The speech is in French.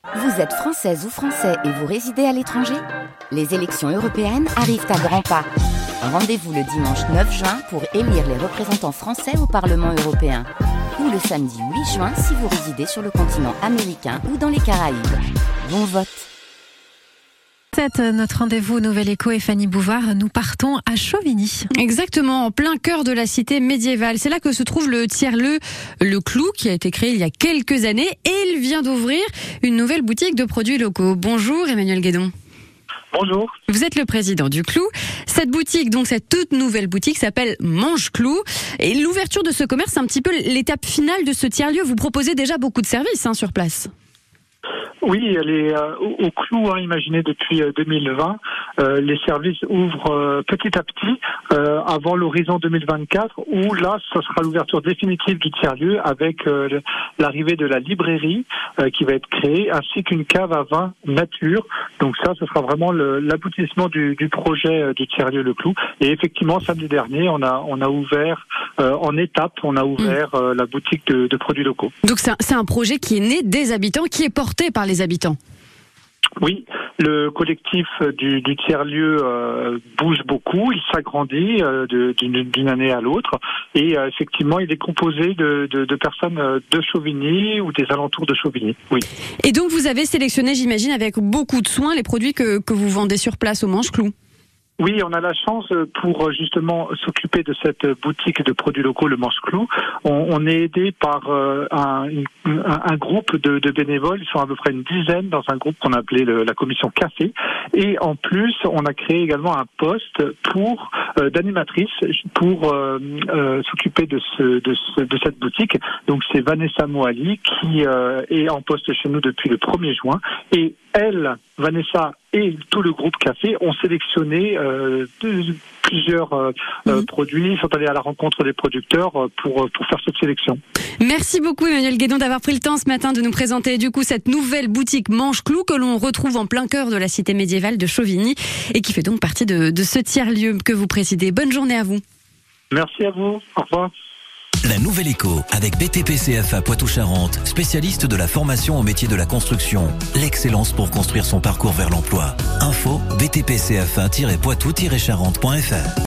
Vous êtes française ou français et vous résidez à l'étranger ? Les élections européennes arrivent à grands pas. Rendez-vous le dimanche 9 juin pour élire les représentants français au Parlement européen. Ou le samedi 8 juin si vous résidez sur le continent américain ou dans les Caraïbes. Bon vote! C'est notre rendez-vous Nouvelle Écho et Fanny Bouvard. Nous partons à Chauvigny. Exactement, en plein cœur de la cité médiévale. C'est là que se trouve le tiers-lieu Le Clou, qui a été créé il y a quelques années, et il vient d'ouvrir une nouvelle boutique de produits locaux. Bonjour Emmanuel Guédon. Bonjour. Vous êtes le président du Clou. Cette boutique, donc cette toute nouvelle boutique, s'appelle Mange Clou. Et l'ouverture de ce commerce, c'est un petit peu l'étape finale de ce tiers-lieu. Vous proposez déjà beaucoup de services sur place. Oui, elle est au Clou, imaginez depuis 2020. Les services ouvrent petit à petit avant l'horizon 2024, où là, ce sera l'ouverture définitive du tiers-lieu avec l'arrivée de la librairie qui va être créée, ainsi qu'une cave à vin nature. Donc ça, ce sera vraiment l'aboutissement du projet du tiers-lieu Le Clou. Et effectivement, samedi dernier, on a ouvert en étape, la boutique de produits locaux. Donc c'est un projet qui est né des habitants, qui est porté par les habitants. Oui, le collectif du tiers-lieu bouge beaucoup, il s'agrandit d'une année à l'autre et effectivement il est composé de personnes de Chauvigny ou des alentours de Chauvigny. Oui. Et donc vous avez sélectionné, j'imagine, avec beaucoup de soin les produits que vous vendez sur place au Mange Clou. Oui, on a la chance pour justement s'occuper de cette boutique de produits locaux, le Mange Clou. On est aidé par un groupe de bénévoles. Ils sont à peu près une dizaine dans un groupe qu'on a appelé la commission café. Et en plus, on a créé également un poste d'animatrice pour s'occuper de cette boutique. Donc c'est Vanessa Moali qui est en poste chez nous depuis le 1er juin. Et elle, Vanessa et tout le groupe café ont sélectionné plusieurs produits, ils sont allés à la rencontre des producteurs pour faire cette sélection. Merci beaucoup Emmanuel Guédon d'avoir pris le temps ce matin de nous présenter du coup cette nouvelle boutique Mange Clou que l'on retrouve en plein cœur de la cité médiévale de Chauvigny et qui fait donc partie de ce tiers-lieu que vous présidez. Bonne journée à vous. Merci à vous, au revoir. La Nouvelle Écho avec BTP CFA Poitou-Charentes, spécialiste de la formation au métier de la construction. L'excellence pour construire son parcours vers l'emploi. Info btpcfa-poitou-charentes.fr.